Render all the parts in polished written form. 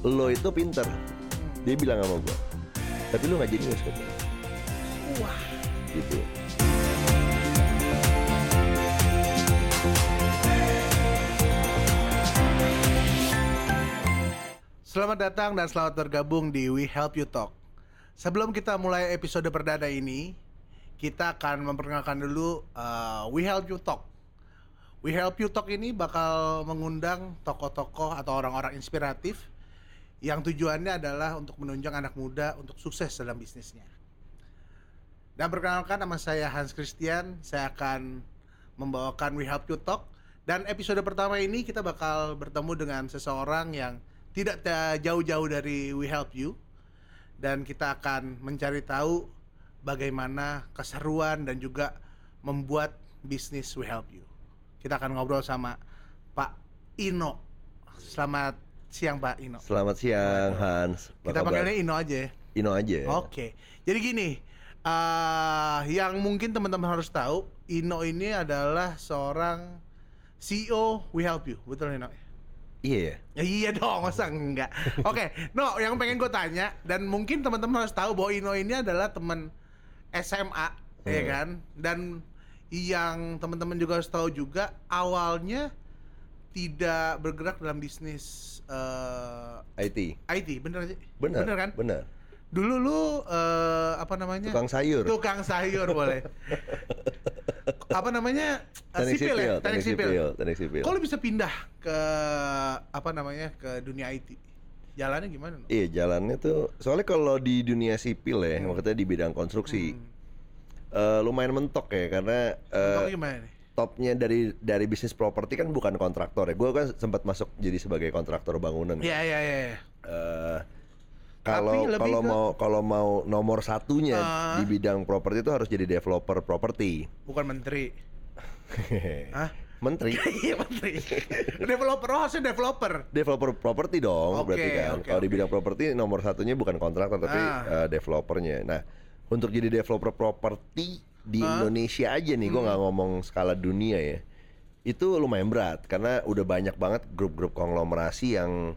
lo itu pinter. Dia bilang sama gue, tapi lo gak jenius katanya. Wah. Gitu. Selamat datang dan selamat bergabung di We Help You Talk. Sebelum kita mulai episode perdana ini, kita akan memperkenalkan dulu We Help You Talk. We Help You Talk ini bakal mengundang tokoh-tokoh atau orang-orang inspiratif yang tujuannya adalah untuk menunjang anak muda untuk sukses dalam bisnisnya. Dan perkenalkan, nama saya Hans Christian. Saya akan membawakan We Help You Talk. Dan episode pertama ini kita bakal bertemu dengan seseorang yang tidak jauh-jauh dari We Help You. Dan kita akan mencari tahu bagaimana keseruan dan juga membuat bisnis We Help You. Kita akan ngobrol sama Pak Ino. Selamat siang Pak Ino. Selamat siang Hans. Kita panggilnya Ino aja ya? Ino aja. Oke. Jadi gini, yang mungkin teman-teman harus tahu, Ino ini adalah seorang CEO We Help You. Betul Ino? Iya. Ya iya dong, masa enggak? Oke, No, yang pengen gue tanya, dan mungkin teman-teman harus tahu bahwa Ino ini adalah teman SMA, ya kan? Dan yang teman-teman juga harus tahu juga, awalnya tidak bergerak dalam bisnis IT, bener sih? bener kan? Bener. Dulu lu apa namanya? Tukang sayur. Tukang sayur boleh. Apa namanya? Teknik sipil. Kok lu bisa pindah ke apa namanya? Ke dunia IT? Jalannya gimana? No? Iya, jalannya tuh soalnya kalau di dunia sipil ya, maksudnya di bidang konstruksi, lumayan mentok ya, karena Mentok gimana nih? topnya dari bisnis properti kan bukan kontraktor ya. Gue kan sempat masuk jadi sebagai kontraktor bangunan. Iya. Kalau mau nomor satunya di bidang properti itu harus jadi developer properti. Bukan menteri. Hah? Menteri. Iya menteri. Developer, harusnya developer. Developer properti dong, berarti kan. Kalau di bidang properti nomor satunya bukan kontraktor tapi developernya. Nah, untuk jadi developer properti di Indonesia aja nih, gue nggak ngomong skala dunia ya, itu lumayan berat karena udah banyak banget grup-grup konglomerasi yang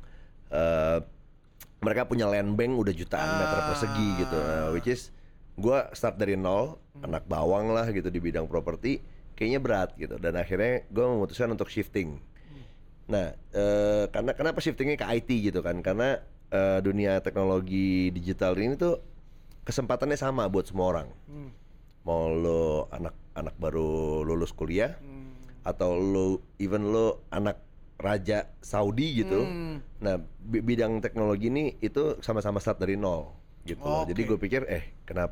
mereka punya land bank udah jutaan meter persegi gitu, which is gue start dari nol, anak bawang lah gitu di bidang properti, kayaknya berat gitu, dan akhirnya gue memutuskan untuk shifting. Nah, karena kenapa shiftingnya ke IT gitu kan? Karena dunia teknologi digital ini tuh kesempatannya sama buat semua orang. Mau lo anak baru lulus kuliah, atau lo anak raja Saudi gitu. Nah, bidang teknologi ini itu sama-sama start dari nol gitu. Jadi gue pikir kenapa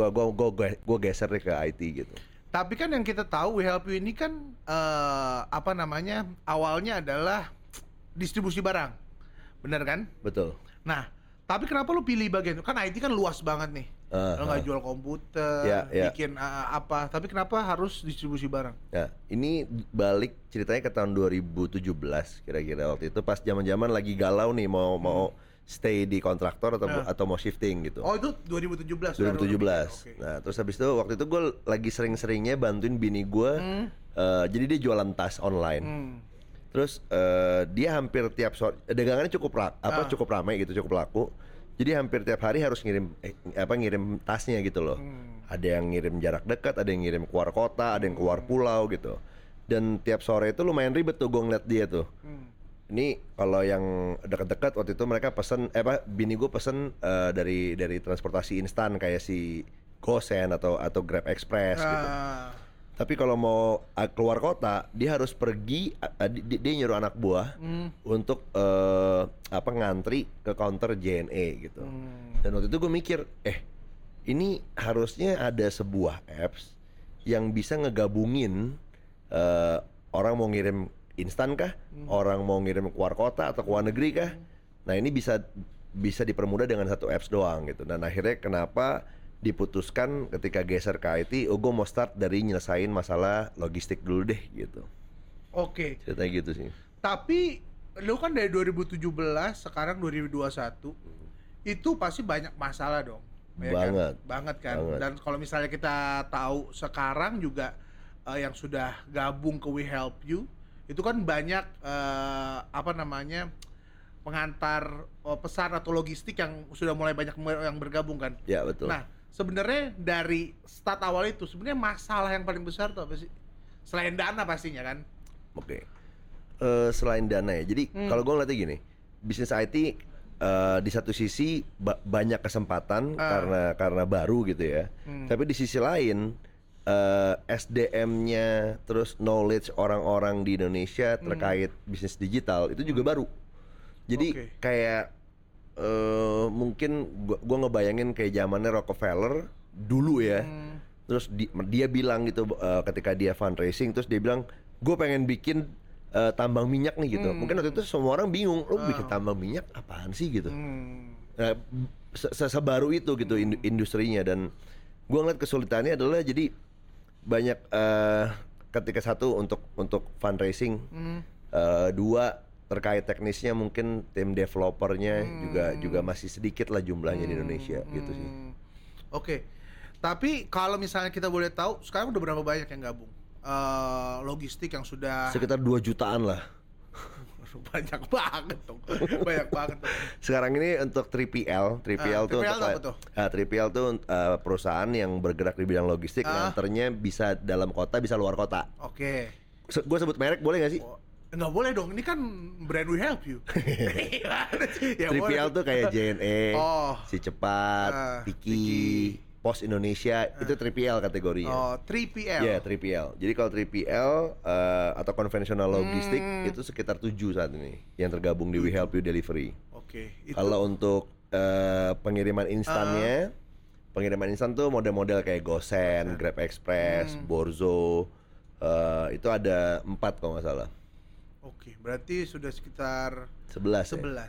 gue geser deh ke IT gitu. Tapi kan yang kita tahu We Help You ini kan apa namanya, awalnya adalah distribusi barang, bener kan? Betul. Nah, tapi kenapa lu pilih bagian itu? Kan IT kan luas banget nih. Lo nggak jual komputer, bikin apa? Tapi kenapa harus distribusi barang? Nah, ini balik ceritanya ke tahun 2017 kira-kira, waktu itu pas zaman-zaman lagi galau nih mau stay di kontraktor atau mau shifting gitu. Oh, itu 2017. Okay. Nah, terus habis itu waktu itu gue lagi sering-seringnya bantuin bini gue. Jadi dia jualan tas online. Terus dia hampir tiap sore, dagangannya cukup ramai gitu, cukup laku. Jadi hampir tiap hari harus ngirim tasnya gitu loh. Ada yang ngirim jarak dekat, ada yang ngirim keluar kota, ada yang keluar pulau gitu. Dan tiap sore itu lumayan ribet tuh gue ngeliat dia tuh. Ini kalau yang dekat-dekat waktu itu mereka pesen, bini gue pesen dari transportasi instan kayak si GoSend atau Grab Express gitu. Tapi kalau mau keluar kota, dia harus pergi, dia nyuruh anak buah untuk ngantri ke counter JNE gitu. Dan waktu itu gue mikir, ini harusnya ada sebuah apps yang bisa ngegabungin orang mau ngirim instan kah, orang mau ngirim keluar kota atau keluar negeri kah. Nah, ini bisa dipermudah dengan satu apps doang gitu. Dan akhirnya kenapa diputuskan ketika geser ke IT, gue mau start dari nyelesain masalah logistik dulu deh gitu. Oke. Ceritanya gitu sih. Tapi lu kan dari 2017 sekarang 2021 itu pasti banyak masalah dong. Banget kan. Dan kalau misalnya kita tahu sekarang juga yang sudah gabung ke We Help You itu kan banyak pengantar pesan atau logistik yang sudah mulai banyak yang bergabung kan. Ya betul. Nah, sebenarnya dari start awal itu sebenarnya masalah yang paling besar tuh apa sih? Selain dana pastinya kan. Oke. Selain dana ya. Jadi kalau gue ngeliatnya gini, bisnis IT di satu sisi banyak kesempatan karena baru gitu ya. Tapi di sisi lain SDM-nya terus knowledge orang-orang di Indonesia terkait bisnis digital itu juga baru. Jadi kayak mungkin gua ngebayangin kayak zamannya Rockefeller dulu ya. Terus dia bilang gitu ketika dia fundraising, terus dia bilang gue pengen bikin tambang minyak nih gitu. Mungkin waktu itu semua orang bingung, lo bikin tambang minyak apaan sih gitu. Nah, sebaru itu gitu industrinya. Dan gue ngeliat kesulitannya adalah jadi banyak ketika satu untuk fundraising, dua terkait teknisnya mungkin tim developernya juga masih sedikit lah jumlahnya di Indonesia gitu sih. Oke. Tapi kalau misalnya kita boleh tahu sekarang udah berapa banyak yang gabung? Logistik yang sudah sekitar 2 jutaan lah. Banyak banget dong. Banyak banget dong. Sekarang ini untuk 3PL tuh untuk 3PL tuh perusahaan yang bergerak di bidang logistik, nganternya bisa dalam kota bisa luar kota. Oke. Gue sebut merek boleh nggak sih? Nggak boleh dong, ini kan brand We Help You. Ya, 3PL tuh kayak JNE, Si Cepat, Tiki, Pos Indonesia, itu 3PL kategorinya. Oh, 3PL. Iya, 3PL. Jadi kalau 3PL atau konvensional logistik itu sekitar 7 saat ini yang tergabung di We Help You Delivery. Oke. Kalau untuk pengiriman instannya, pengiriman instan tuh model-model kayak GoSend, Grab Express, Borzo, itu ada 4 kalau nggak salah. Oke, berarti sudah sekitar 11. Ya?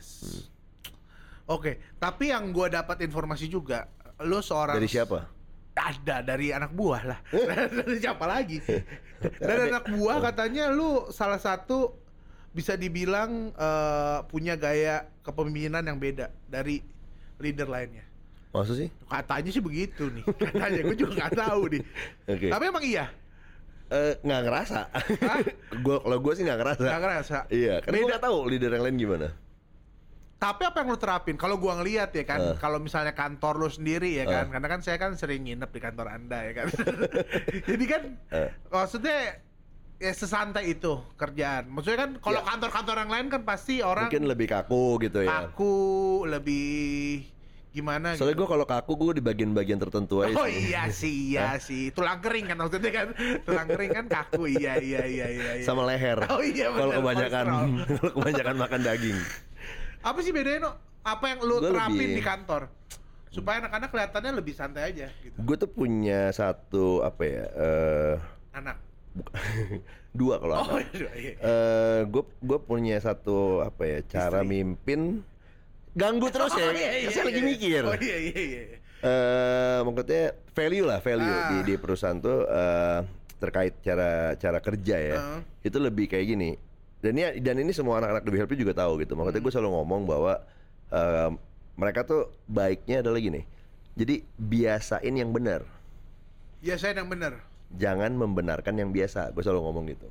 Oke, tapi yang gue dapat informasi juga, lo seorang dari siapa? Ada dari anak buah lah. Dari siapa lagi? Dari anak buah katanya lu salah satu bisa dibilang punya gaya kepemimpinan yang beda dari leader lainnya. Maksud sih? Katanya sih begitu nih. Katanya, gue juga nggak tahu nih. Okay. Tapi emang iya? Nggak ngerasa. Kalau gue sih nggak ngerasa. Nggak ngerasa. Iya, kan gue nggak tahu leader yang lain gimana. Tapi apa yang lu terapin? Kalau gua ngelihat ya kan, kalau misalnya kantor lu sendiri ya kan, karena kan saya kan sering nginep di kantor Anda ya kan. Jadi kan maksudnya ya sesantai itu kerjaan. Maksudnya kan kalau kantor-kantor yang lain kan pasti orang mungkin lebih kaku gitu ya. Kaku, lebih gimana soalnya gitu. Gue kalau kaku gue di bagian-bagian tertentu aja. Oh iya sih. Tulang kering kan maksudnya kan. Tulang kering kan kaku. Iya. Sama leher. Oh iya benar. Kalau kebanyakan makan daging. Apa sih bedanya, No? Apa yang lu terapin di kantor? Supaya anak-anak kelihatannya lebih santai aja gitu. Gue tuh punya satu anak. 2 kalau anak. Iya. Gue punya satu cara mimpin. Ganggu terus ya. Saya lagi mikir. Oh iya. Maksudnya value di perusahaan tuh terkait cara kerja ya. Itu lebih kayak gini. Dan ini semua anak-anak di We Help You juga tahu gitu. Maksudnya gue selalu ngomong bahwa mereka tuh baiknya adalah gini. Jadi biasain yang benar. Biasain yang benar. Jangan membenarkan yang biasa. Gue selalu ngomong gitu.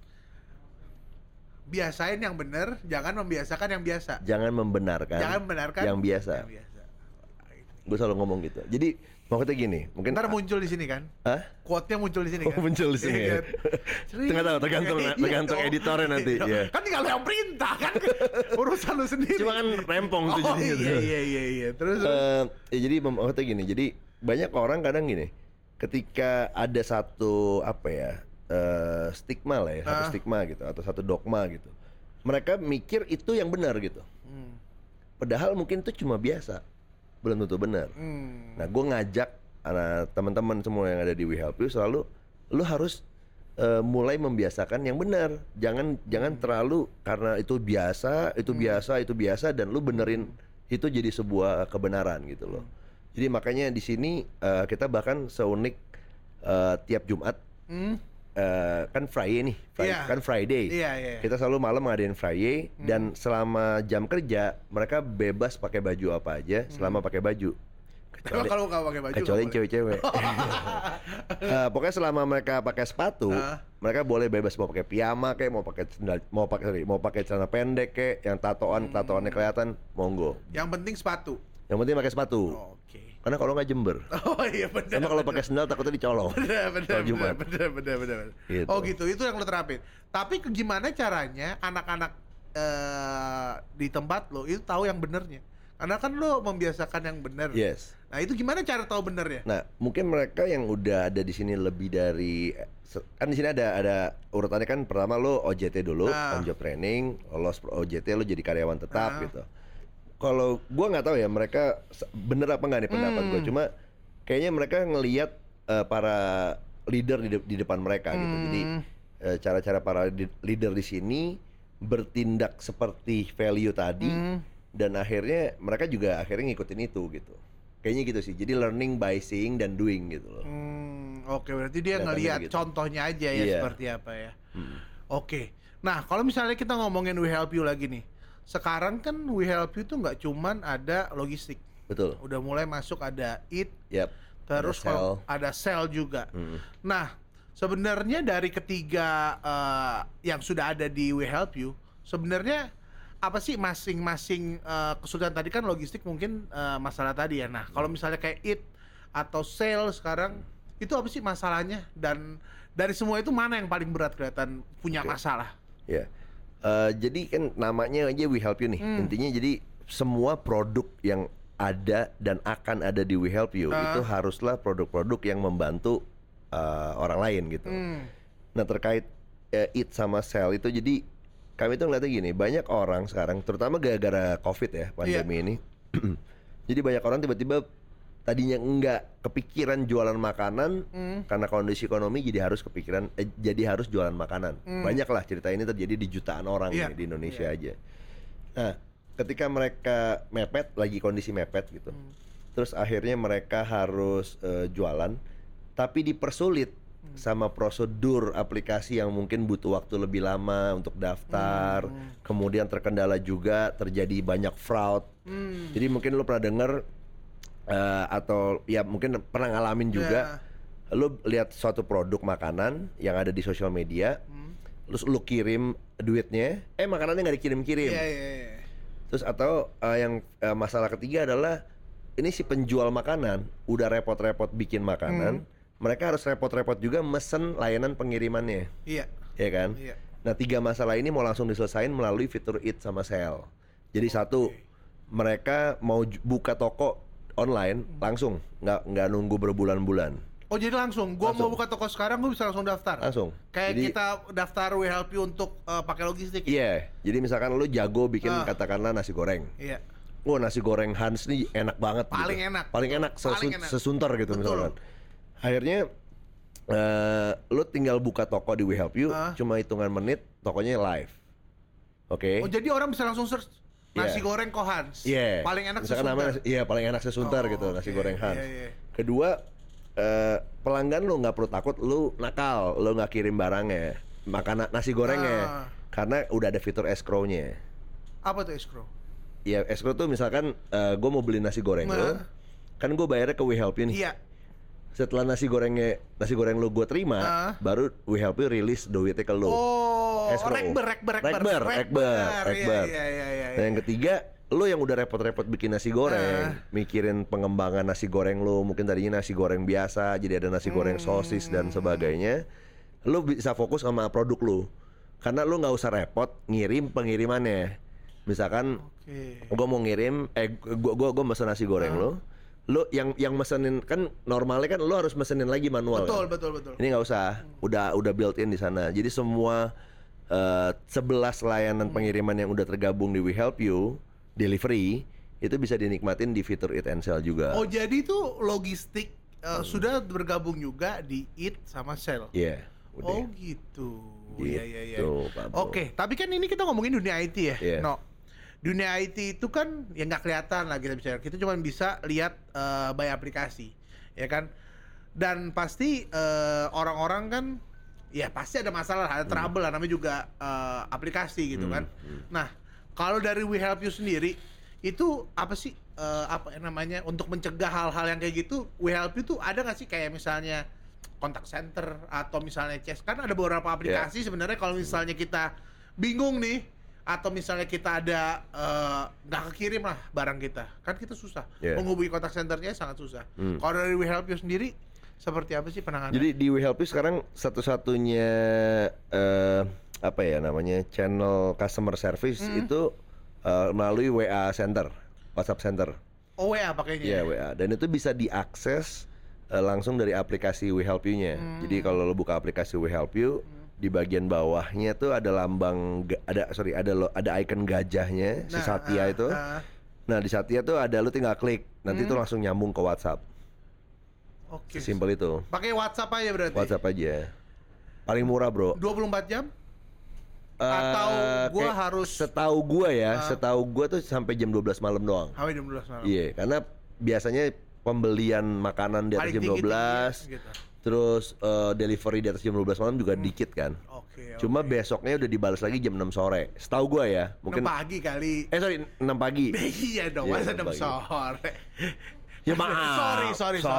Biasain yang benar, jangan membiasakan yang biasa. Jangan membenarkan yang biasa. Gue selalu ngomong gitu. Jadi maksudnya gini, mungkin ntar muncul di sini kan? Quote-nya muncul di sini kan? Muncul di sini. Ya. Tergantung editornya nanti. Ya. Kan tinggal yang perintah kan urusan lu sendiri. Cuma kan rempong tuh jadinya. Iya. Terus jadi maksudnya gini. Jadi banyak orang kadang gini. Ketika ada satu stigma lah ya, satu stigma gitu atau satu dogma gitu. Mereka mikir itu yang benar gitu. Padahal mungkin itu cuma biasa. Belum tentu benar. Nah, gue ngajak teman-teman semua yang ada di We Help You selalu, lu harus mulai membiasakan yang benar. Jangan terlalu karena itu biasa dan lu benerin itu jadi sebuah kebenaran gitu loh. Jadi makanya di sini kita bahkan seunik tiap Jumat kan Friday nih, kan Friday. Kita selalu malam ngadain Friday dan selama jam kerja mereka bebas pakai baju apa aja selama pakai baju. Emang kalau nggak pakai baju? Kecuali nggak boleh? cewek-cewek. Pokoknya selama mereka pakai sepatu, mereka boleh bebas mau pakai piyama kayak mau pakai celana pendek kayak yang tatoannya kelihatan, monggo. Yang penting sepatu. Yang penting pakai sepatu. Oke. Karena kalau nggak jember. Oh iya benar. Sama kalau pakai sendal takutnya dicolong. Benar. Gitu. Oh gitu, itu yang lo terapin. Tapi gimana caranya anak-anak di tempat lo itu tahu yang benernya? Karena kan lo membiasakan yang bener. Yes. Nah itu gimana cara tahu benernya? Nah, mungkin mereka yang udah ada di sini lebih dari kan di sini ada urutannya kan, pertama lo OJT dulu, on job training, lolos OJT lo jadi karyawan tetap gitu. Kalau gua nggak tahu ya mereka bener apa nggak nih pendapat gua, cuma kayaknya mereka ngelihat para leader di depan mereka gitu. Jadi cara-cara para leader di sini bertindak seperti value tadi, dan akhirnya mereka juga akhirnya ngikutin itu gitu. Kayaknya gitu sih. Jadi learning by seeing dan doing gitu loh. Oke, berarti dia ngelihat gitu. Contohnya aja ya seperti apa ya. Oke. Nah, kalau misalnya kita ngomongin We Help You lagi nih. Sekarang kan We Help You tuh nggak cuman ada logistik. Betul. Udah mulai masuk ada Eat. Yep. Terus ada Sell juga. Nah, sebenarnya dari ketiga yang sudah ada di We Help You, sebenarnya apa sih masing-masing kesulitan? Tadi kan logistik mungkin masalah tadi ya. Nah, kalau misalnya kayak Eat atau Sell sekarang, itu apa sih masalahnya? Dan dari semua itu mana yang paling berat kelihatan punya masalah? Ya. Jadi kan namanya aja We Help You nih. Intinya jadi semua produk yang ada dan akan ada di We Help You itu haruslah produk-produk yang membantu orang lain gitu. Nah, terkait Eat sama Sell itu, jadi kami tuh ngeliatnya gini, banyak orang sekarang, terutama gara-gara COVID ya, pandemi ini. Jadi banyak orang tiba-tiba tadinya enggak kepikiran jualan makanan karena kondisi ekonomi, jadi harus kepikiran jadi harus jualan makanan. Banyak lah cerita ini terjadi di jutaan orang nih, di Indonesia aja. Nah, ketika mereka mepet, lagi kondisi mepet gitu, terus akhirnya mereka harus jualan, tapi dipersulit sama prosedur aplikasi yang mungkin butuh waktu lebih lama untuk daftar, kemudian terkendala juga terjadi banyak fraud. Jadi mungkin lo pernah dengar atau ya mungkin pernah ngalamin juga, lo lihat suatu produk makanan yang ada di sosial media, terus lo kirim duitnya, makanannya nggak dikirim-kirim. Terus atau yang masalah ketiga adalah ini si penjual makanan udah repot-repot bikin makanan, mereka harus repot-repot juga mesen layanan pengirimannya. Iya kan? Nah, 3 masalah ini mau langsung diselesain melalui fitur Eat sama Sell. Jadi satu, mereka mau buka toko online langsung, nggak nunggu berbulan-bulan. Oh, jadi langsung, gua mau buka toko sekarang, gua bisa langsung daftar? Langsung. Kayak jadi, kita daftar We Help You untuk pakai logistik. Iya, jadi misalkan lu jago bikin katakanlah nasi goreng. Iya. Wah, nasi goreng Hans nih enak banget. Paling gitu. enak. Paling enak, sesunter gitu. Betul. Misalkan. Akhirnya lu tinggal buka toko di We Help You, cuma hitungan menit tokonya live. Oke. Oh, jadi orang bisa langsung search nasi goreng Kohans. Paling enak misalkan sesunter. Iya, paling enak sesunter gitu, nasi goreng Hans. Kedua, pelanggan lu nggak perlu takut lu nakal, lu nggak kirim barangnya, makan nasi gorengnya, karena udah ada fitur escrow-nya. Apa tuh escrow? Ya, escrow tuh misalkan gue mau beli nasi goreng lo, kan gue bayarnya ke We Help You nih. Iya. Setelah nasi goreng lo gue terima, baru We Help You rilis duitnya ke lo. Oh, rekber. Dan yang ketiga, lo yang udah repot-repot bikin nasi goreng, mikirin pengembangan nasi goreng lo, mungkin tadinya nasi goreng biasa, jadi ada nasi goreng sosis dan sebagainya, lo bisa fokus sama produk lo, karena lo nggak usah repot ngirim pengirimannya. Misalkan, gue mau ngirim, gue mesen nasi goreng lo yang mesenin, kan normalnya kan lo harus mesenin lagi manual. Betul. Ini nggak usah, udah built in di sana. Jadi semua 11 layanan pengiriman yang udah tergabung di We Help You delivery itu bisa dinikmatin di fitur Eat and Sell juga. Oh, jadi itu logistik sudah bergabung juga di Eat sama Sell. Iya. Oh gitu. Iya. Oke, tapi kan ini kita ngomongin dunia IT ya. Yeah. No. Dunia IT itu kan ya nggak kelihatan lah kita cuma bisa lihat by aplikasi, ya kan? Dan pasti orang-orang kan ya pasti ada masalah, ada trouble lah, namanya juga aplikasi gitu kan. Nah, kalau dari We Help You sendiri, Itu apa sih apa namanya untuk mencegah hal-hal yang kayak gitu? We Help You tuh ada nggak sih kayak misalnya kontak center atau misalnya Chase, kan ada beberapa aplikasi sebenarnya kalau misalnya kita bingung nih atau misalnya kita ada nggak kekirim lah barang kita, kan kita susah menghubungi kontak centernya, sangat susah. Kalau dari We Help You sendiri seperti apa sih penanganan? Jadi di We Help You sekarang satu-satunya apa ya namanya channel customer service itu melalui WA Center, WhatsApp Center. Oh, WA pakainya? Iya, WA. Dan itu bisa diakses langsung dari aplikasi We Help You-nya. Jadi kalau lo buka aplikasi We Help You, di bagian bawahnya tuh ada lambang ada icon gajahnya, si Satya itu. Nah, di Satya tuh ada, lo tinggal klik, nanti tuh langsung nyambung ke WhatsApp. Oke. Simpel itu. Pakai WhatsApp aja berarti. WhatsApp aja. Paling murah, Bro. 24 jam? Atau gua harus setahu gua tuh sampai jam 12 malam doang. Sampai jam 12 malam. Iya, karena biasanya pembelian makanan di atas jam 12 gitu. Terus delivery di atas jam 12 malam juga dikit kan. Cuma besoknya udah dibalas lagi jam 6 sore. Setahu gua ya, mungkin 6 pagi kali. Sorry, 6 pagi. Iya dong, masa 6 sore. Ya maaf.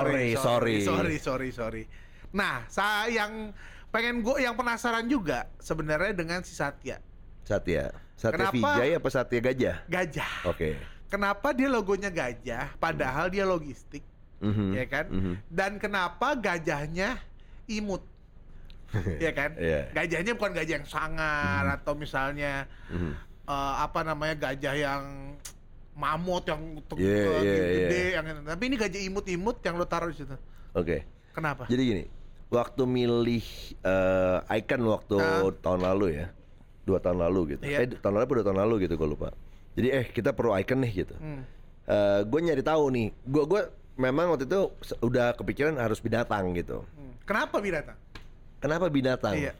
Sorry. Nah, yang penasaran juga sebenarnya dengan si Satya. Satya Kenapa? Vijay apa Satya Gajah? Gajah. Oke. Kenapa dia logonya gajah padahal dia logistik? Ya kan? Dan kenapa gajahnya imut? Ya kan? Gajahnya bukan gajah yang sangar atau misalnya apa namanya gajah yang mamut yang gede yang tapi ini gajah imut-imut yang lo taruh di situ. Oke. Kenapa? Jadi gini, waktu milih icon waktu tahun lalu ya, 2 tahun lalu gitu. Tahun lalu atau 2 tahun lalu gitu, gue lupa. Jadi kita perlu icon nih gitu. Gue nyari tahu nih. Gue memang waktu itu udah kepikiran harus binatang gitu. Kenapa binatang? Kenapa binatang? Iya.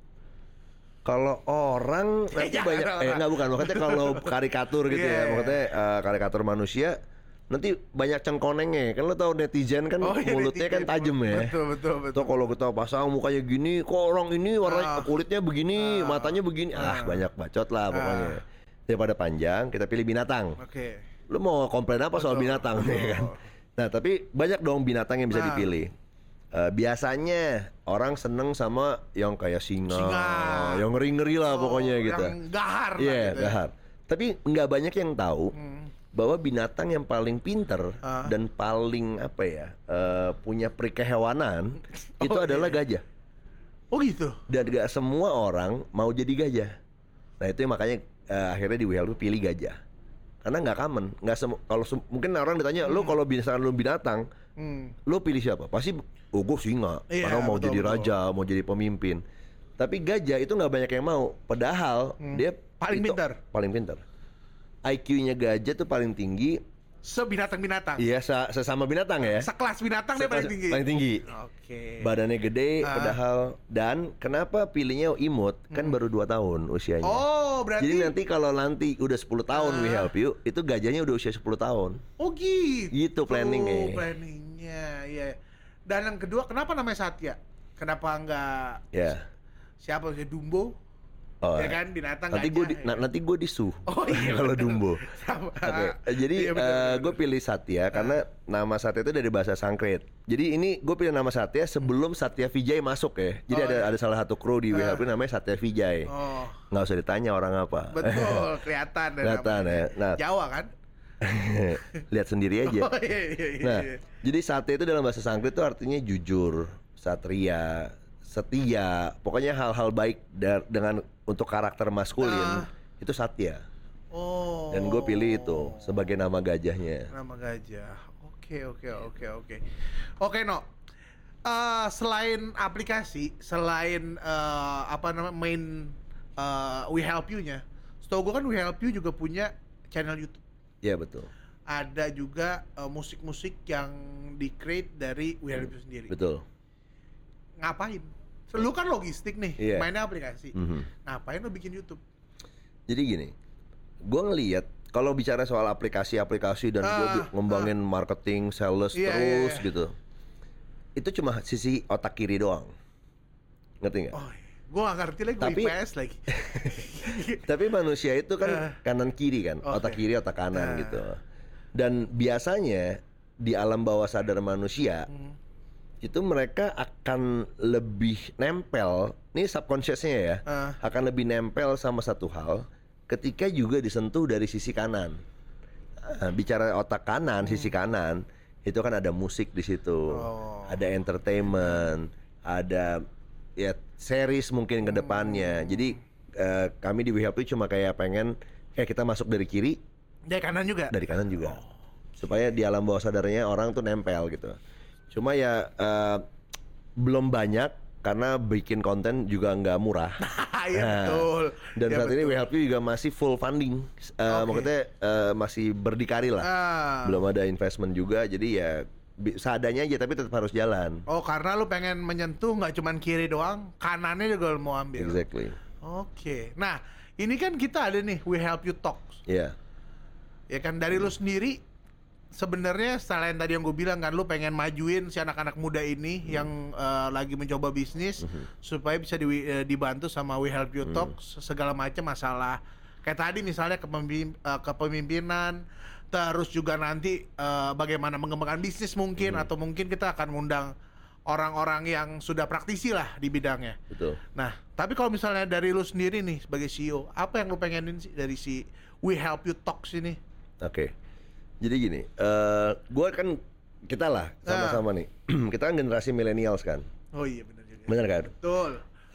Kalau orang nanti banyak nggak bukan maksudnya kalau karikatur gitu ya, maksudnya karikatur manusia nanti banyak cengkonengnya. Kan lo tau netizen kan mulutnya kan tajam ya. Betul. Tuh kalau kita pasang mukanya gini, kok orang ini warna kulitnya begini, matanya begini. Banyak bacot lah pokoknya. Daripada panjang, kita pilih binatang. Oke. Lu mau komplain apa soal binatang ya kan? Nah, tapi banyak dong binatang yang bisa dipilih. Biasanya orang seneng sama yang kayak singa. Yang ngeri-ngeri lah pokoknya gitu. Yang gahar lah Iya, gitu. gahar. Tapi nggak banyak yang tahu bahwa binatang yang paling pinter dan paling apa ya punya perikehewanan itu adalah gajah. Oh gitu. Dan gak semua orang mau jadi gajah. Nah itu yang makanya akhirnya di WHL pilih gajah. Karena nggak common, nggak kalau mungkin orang ditanya lu kalau misalkan lu binatang, lu pilih siapa? Pasti gue singa, karena mau jadi raja, mau jadi pemimpin. Tapi gajah itu nggak banyak yang mau. Padahal dia paling pintar. Paling pintar. IQ-nya gajah tuh paling tinggi. Sebinatang-binatang. Iya, sesama binatang ya. Sekelas binatang dia paling tinggi. Paling tinggi. Oke. Badannya gede, padahal. Dan kenapa pilihnya imut? Kan baru 2 tahun usianya. Oh, berarti. Jadi nanti kalau nanti udah 10 tahun We Help You, itu gajahnya udah usia 10 tahun. Oh gitu. Gitu planningnya. Planningnya, iya. Dan yang kedua, kenapa namanya Satya? Kenapa enggak? Siapa sih Dumbo? Oh, ya kan binatang nanti gajah. Nanti gue disu. Oh iya. Kalau Dumbo. Jadi iya, gue pilih Satya karena nama Satya itu dari bahasa Sanskrit. Jadi ini gue pilih nama Satya sebelum Satya Vijay masuk ya. Jadi ada salah satu kru di WHP namanya Satya Vijay. Nggak usah ditanya orang apa. Betul, kelihatan ya. Nah, Jawa kan? Lihat sendiri aja. Iya. Nah, jadi Satya itu dalam bahasa Sanskrit itu artinya jujur, satria, setia, pokoknya hal-hal baik dengan untuk karakter maskulin itu Satya. Oh. Dan gue pilih itu sebagai nama gajahnya. Nama gajah. Oke. Oke, No. Selain aplikasi, selain main We Help You-nya, setahu gue kan We Help You juga punya channel YouTube. Iya betul. Ada juga musik-musik yang di-create dari We Help You sendiri. Betul. Ngapain? Lu kan logistik nih, mainnya aplikasi. Ngapain lu bikin YouTube? Jadi gini, gue ngelihat kalau bicara soal aplikasi-aplikasi dan gue ngembangin marketing, sales terus gitu, itu cuma sisi otak kiri doang, ngerti nggak? Gue gak ngerti lagi, Tapi- IPS lagi. Tapi manusia itu kan kanan kiri kan, otak kiri otak kanan gitu. Dan biasanya di alam bawah sadar manusia itu mereka akan lebih nempel, ini subconsciousnya ya, akan lebih nempel sama satu hal ketika juga disentuh dari sisi kanan. Bicara otak kanan, sisi kanan, itu kan ada musik di situ, ada entertainment, ada ya series mungkin ke depannya. Jadi kami di WeHelp itu cuma kayak pengen kita masuk dari kiri, Dari kanan juga? dari kanan juga, supaya di alam bawah sadarnya orang tuh nempel gitu. Cuma ya belum banyak karena bikin konten juga nggak murah. Iya betul. Dan Ya, saat ini betul. WeHelp You juga masih full funding, maksudnya masih berdikari lah. Belum ada investment juga, jadi ya seadanya aja tapi tetap harus jalan. Oh, karena lu pengen menyentuh nggak cuman kiri doang, kanannya juga lu mau ambil. Exactly. Oke. Nah, ini kan kita ada nih We Help You Talks. Iya. Ya kan dari lu sendiri sebenarnya selain tadi yang gue bilang kan lu pengen majuin si anak-anak muda ini yang lagi mencoba bisnis supaya bisa dibantu sama We Help You Talks segala macam masalah. Kayak tadi misalnya kepemimpinan, terus juga nanti bagaimana mengembangkan bisnis mungkin atau mungkin kita akan mengundang orang-orang yang sudah praktisi lah di bidangnya. Betul. Nah, tapi kalau misalnya dari lu sendiri nih sebagai CEO, apa yang lu pengenin sih dari si We Help You Talks ini? Oke. Jadi gini, gue kan kita lah sama-sama nih. Kita kan generasi millennials kan. Oh iya benar juga. Bener kan? Betul.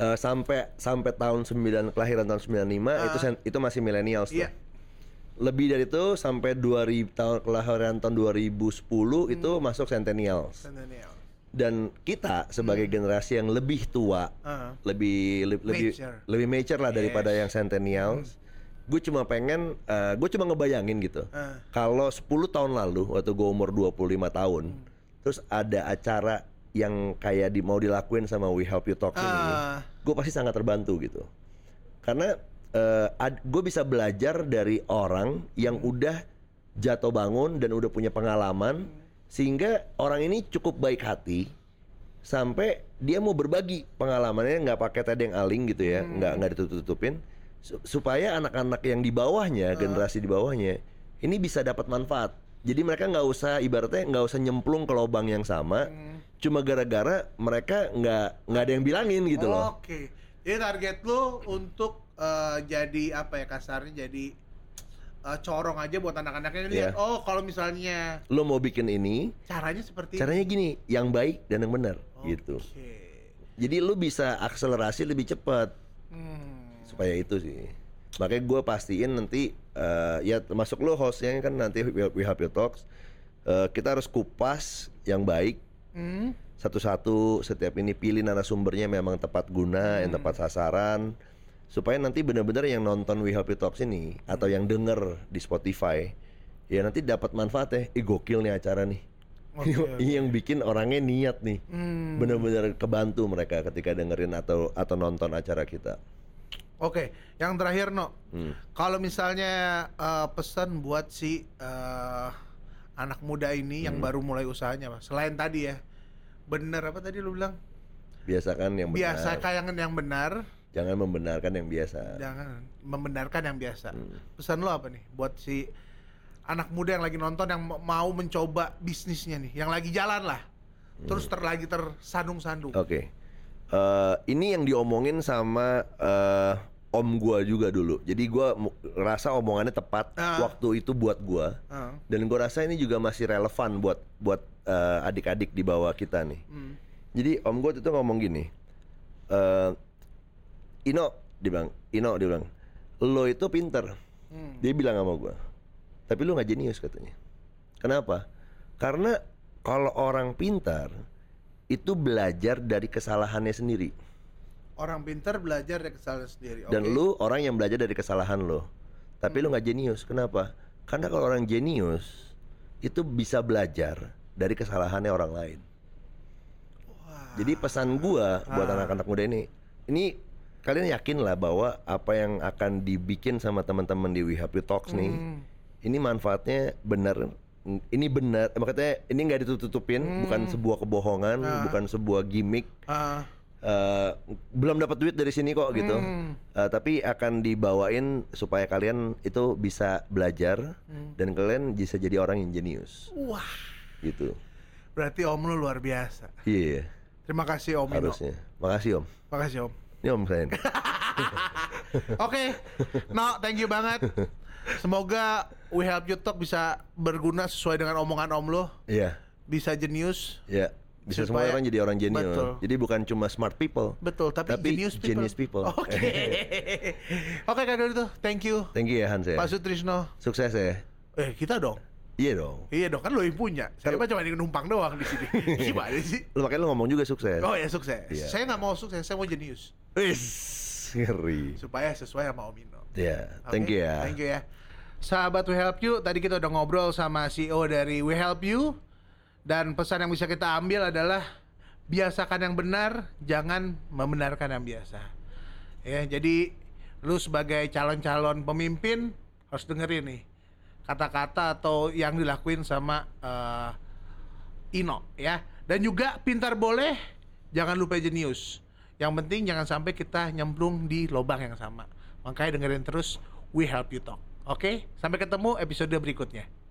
Sampai tahun 9 kelahiran tahun 95 itu masih millennials tuh. Iya. Lebih dari itu sampai 2000 tahun kelahiran tahun 2010 itu masuk centennials. Centennial. Dan kita sebagai generasi yang lebih tua, lebih mature lah daripada yang centennials. Gue cuma ngebayangin gitu. Kalau 10 tahun lalu waktu gue umur 25 tahun, terus ada acara yang kayak mau dilakuin sama We Help You Talk ini, gue pasti sangat terbantu gitu. Karena gue bisa belajar dari orang yang udah jatuh bangun dan udah punya pengalaman, sehingga orang ini cukup baik hati sampai dia mau berbagi pengalamannya, nggak pakai tedeng aling gitu ya, nggak ditutup-tutupin, supaya anak-anak yang di bawahnya, generasi di bawahnya ini bisa dapat manfaat. Jadi mereka nggak usah, ibaratnya nggak usah nyemplung ke lubang yang sama, cuma gara-gara mereka nggak ada yang bilangin gitu loh. Oke. Jadi target lu untuk jadi apa ya kasarnya, jadi corong aja buat anak-anaknya lihat. Iya. Oh, kalau misalnya Lo mau bikin ini, caranya seperti caranya gini, yang baik dan yang benar gitu. Oke. Jadi lu bisa akselerasi lebih cepat. Supaya itu sih. Makanya gue pastiin nanti ya termasuk lo hostnya kan nanti We Help You Talks, kita harus kupas yang baik satu-satu, setiap ini pilih narasumbernya memang tepat guna, yang tepat sasaran, supaya nanti benar-benar yang nonton We Help You Talks ini atau yang denger di Spotify ya nanti dapat manfaatnya. Gokil nih acara nih. Ini yang bikin orangnya niat nih, benar-benar kebantu mereka ketika dengerin atau nonton acara kita. Oke, yang terakhir kalau misalnya pesan buat si anak muda ini yang baru mulai usahanya, Mas. Selain tadi ya, bener apa tadi lu bilang? Biasakan yang benar. Biasakan yang benar, Jangan membenarkan yang biasa. jangan membenarkan yang biasa. Pesan lu apa nih buat si anak muda yang lagi nonton yang mau mencoba bisnisnya nih, yang lagi jalan lah, terus lagi tersandung-sandung. Oke. Ini yang diomongin sama om gua juga dulu. Jadi gua rasa omongannya tepat waktu itu buat gua. Dan gua rasa ini juga masih relevan buat adik-adik di bawah kita nih. Jadi om gua itu ngomong gini. Ino, dia bilang, lo itu pinter. Dia bilang sama gua. Tapi lu nggak jenius katanya. Kenapa? Karena kalau orang pintar itu belajar dari kesalahannya sendiri. Orang pintar belajar dari kesalahan sendiri. Dan lu orang yang belajar dari kesalahan lo. Tapi lu nggak jenius. Kenapa? Karena kalau orang jenius itu bisa belajar dari kesalahannya orang lain. Jadi pesan gua buat anak-anak muda ini kalian yakin lah bahwa apa yang akan dibikin sama teman-teman di We Help You Talks nih, ini manfaatnya benar. Ini benar, makanya ini nggak ditutup-tutupin, bukan sebuah kebohongan, bukan sebuah gimmick. belum dapat duit dari sini kok gitu. Tapi akan dibawain supaya kalian itu bisa belajar dan kalian bisa jadi orang yang jenius. Wah, Gitu. berarti Om lu luar biasa. Iya. Terima kasih Om Ino. Harusnya. Makasih Om. Makasih Om. Ini Om saya. Oke, no, thank you banget. Semoga We Help You Talk bisa berguna sesuai dengan omongan Om lo. Iya. Bisa jenius. Iya. Bisa semua Supaya- orang jadi orang jenius. Betul. Jadi bukan cuma smart people. Betul, tapi genius people. Oke. Oke Kak Dodi tuh, thank you. Thank you ya Hans ya. Pak Sutrisno. Sukses ya. Kita dong. Iya dong. Iya dong, kan lo yang punya. Saya mah cuma numpang doang di sini. Gimana sih? Makanya lu ngomong juga sukses. Oh ya sukses. Iya. Saya nggak mau sukses, saya mau jenius. Wis, ngeri. Supaya sesuai sama Om Ino. Ya, Oke, thank you ya. Thank you ya. Sahabat We Help You, tadi kita udah ngobrol sama CEO dari We Help You. Dan pesan yang bisa kita ambil adalah biasakan yang benar, jangan membenarkan yang biasa. Ya, jadi lu sebagai calon-calon pemimpin harus dengerin nih kata-kata atau yang dilakuin sama Ino ya. Dan juga pintar boleh, jangan lupa jenius. Yang penting jangan sampai kita nyemplung di lubang yang sama. Makanya dengerin terus We Help You Talk. Oke, sampai ketemu episode berikutnya.